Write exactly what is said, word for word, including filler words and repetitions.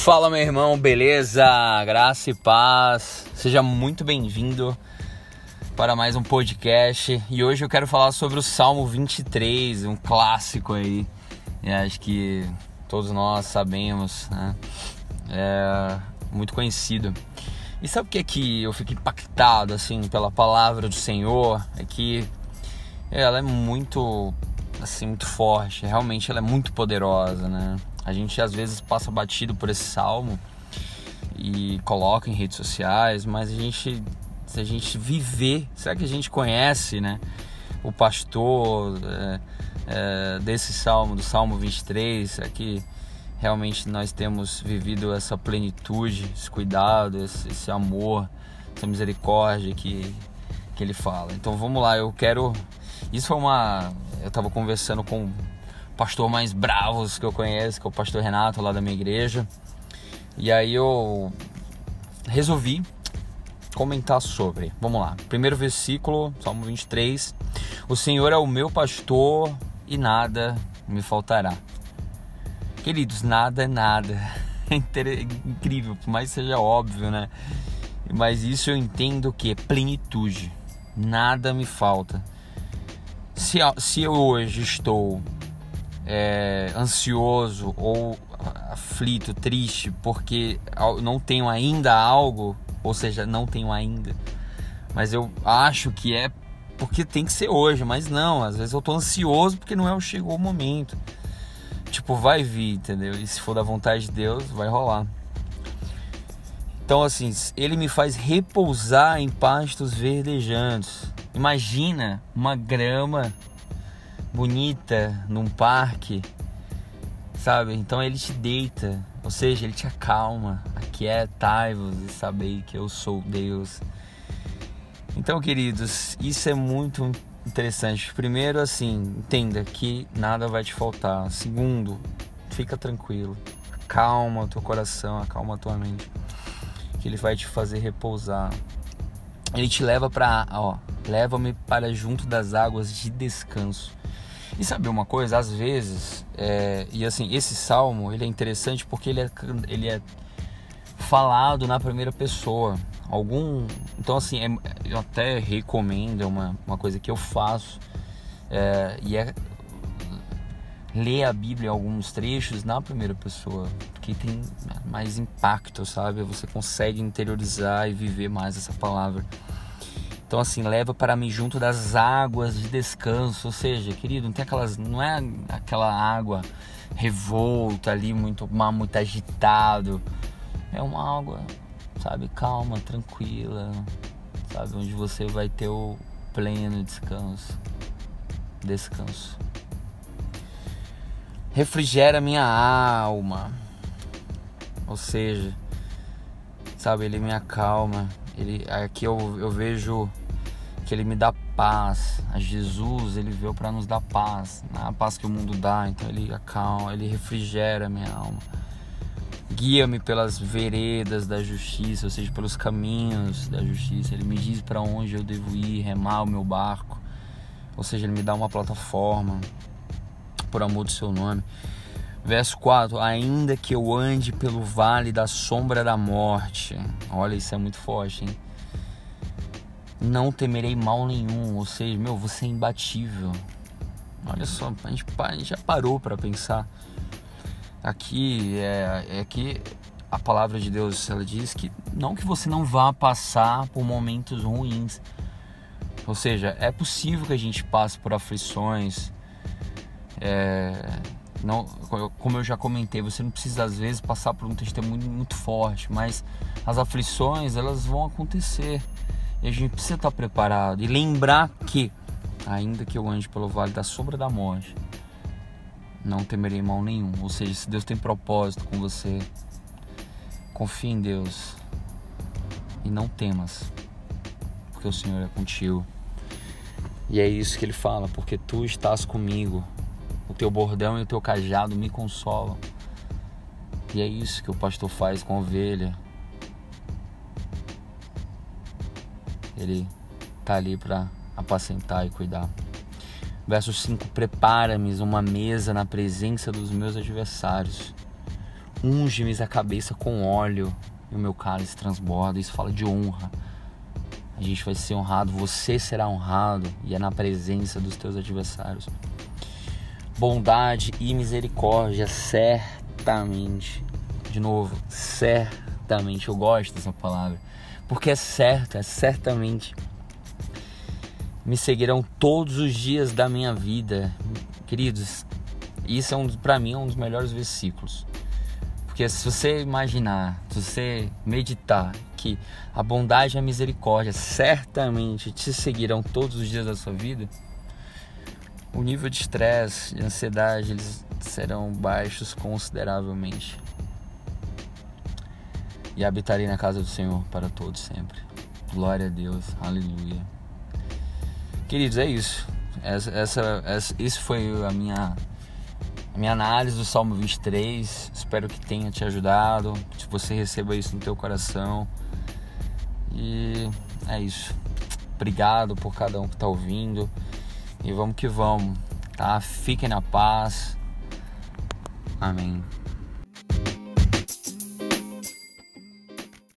Fala, meu irmão, beleza? Graça e paz. Seja muito bem-vindo para mais um podcast. E hoje eu quero falar sobre o Salmo vinte e três, um clássico aí. E acho que todos nós sabemos, né? É muito conhecido. E sabe o que é que eu fico impactado assim pela palavra do Senhor? É que ela é muito, assim, muito forte. Realmente ela é muito poderosa, né? A gente às vezes passa batido por esse salmo e coloca em redes sociais, mas a gente, se a gente viver, será que a gente conhece, né, o pastor é, é, desse salmo, do Salmo vinte e três? Será que realmente nós temos vivido essa plenitude, esse cuidado, esse, esse amor, essa misericórdia que, que ele fala? Então vamos lá, eu quero... Isso foi uma... Eu estava conversando com pastor mais bravos que eu conheço, que é o pastor Renato, lá da minha igreja. E aí eu resolvi comentar sobre. Vamos lá. Primeiro versículo, Salmo vinte e três. O Senhor é o meu pastor e nada me faltará. Queridos, nada é nada. É incrível, por mais que seja óbvio, né? Mas isso eu entendo que é plenitude. Nada me falta. Se, se eu hoje estou É, ansioso ou aflito, triste, porque não tenho ainda algo, ou seja, não tenho ainda, mas eu acho que é porque tem que ser hoje, mas não, às vezes eu tô ansioso porque não é o chegou o momento, tipo, vai vir, entendeu? E se for da vontade de Deus, vai rolar. Então assim, ele me faz repousar em pastos verdejantes. Imagina uma grama bonita num parque, sabe? Então ele te deita, ou seja, ele te acalma. Aquietai-vos e sabei que eu sou Deus. Então, queridos, isso é muito interessante. Primeiro, assim, entenda que nada vai te faltar. Segundo, fica tranquilo, acalma o teu coração, acalma a tua mente, que ele vai te fazer repousar. Ele te leva para, ó, leva-me para junto das águas de descanso. E sabe uma coisa, às vezes, é, e assim, esse salmo, ele é interessante porque ele é, ele é falado na primeira pessoa. Algum, então assim, é, eu até recomendo, é uma, uma coisa que eu faço, é, e é ler a Bíblia em alguns trechos na primeira pessoa, porque tem mais impacto, sabe? Você consegue interiorizar e viver mais essa palavra. Então assim, leva para mim junto das águas de descanso. Ou seja, querido, não tem aquelas, não é aquela água revolta ali, muito mar muito agitado. É uma água, sabe, calma, tranquila, sabe, onde você vai ter o pleno descanso. Descanso. Refrigera minha alma. Ou seja, sabe, ele me acalma. Ele, aqui eu, eu vejo que ele me dá paz. A Jesus, ele veio para nos dar paz, não é a paz que o mundo dá. Então ele acalma, ele refrigera a minha alma. Guia-me pelas veredas da justiça, ou seja, pelos caminhos da justiça. Ele me diz para onde eu devo ir, remar o meu barco. Ou seja, ele me dá uma plataforma por amor do seu nome. Verso quatro, ainda que eu ande pelo vale da sombra da morte. Olha, isso é muito forte, hein? Não temerei mal nenhum. Ou seja, meu, você é imbatível. Olha só, a gente, a gente já parou para pensar. Aqui é, é que a palavra de Deus, ela diz que não que você não vá passar por momentos ruins. Ou seja, é possível que a gente passe por aflições. É... Não, como eu já comentei, você não precisa às vezes passar por um testemunho muito forte, mas as aflições, elas vão acontecer e a gente precisa estar preparado e lembrar que ainda que eu ande pelo vale da sombra da morte, não temerei mal nenhum. Ou seja, se Deus tem propósito com você, confie em Deus e não temas, porque o Senhor é contigo. E é isso que ele fala, porque tu estás comigo. O teu bordão e o teu cajado me consolam. E é isso que o pastor faz com a ovelha. Ele tá ali para apacentar e cuidar. Verso cinco, prepara-me uma mesa na presença dos meus adversários. unge-me a cabeça com óleo e o meu cálice transborda. Isso fala de honra. A gente vai ser honrado, você será honrado, e é na presença dos teus adversários. Bondade e misericórdia, certamente. De novo, certamente. Eu gosto dessa palavra, porque é certo, é certamente. Me seguirão todos os dias da minha vida. Queridos, isso é um, para mim é um dos melhores versículos. Porque se você imaginar, se você meditar que a bondade e a misericórdia certamente te seguirão todos os dias da sua vida, o nível de estresse, de ansiedade, eles serão baixos consideravelmente. E habitarei na casa do Senhor para todos sempre. Glória a Deus, aleluia. Queridos, é isso. Essa, essa, essa, isso foi a minha, a minha análise do Salmo vinte e três. Espero que tenha te ajudado, que você receba isso no teu coração. E é isso. Obrigado por cada um que está ouvindo. E vamos que vamos, tá? Fiquem na paz. Amém.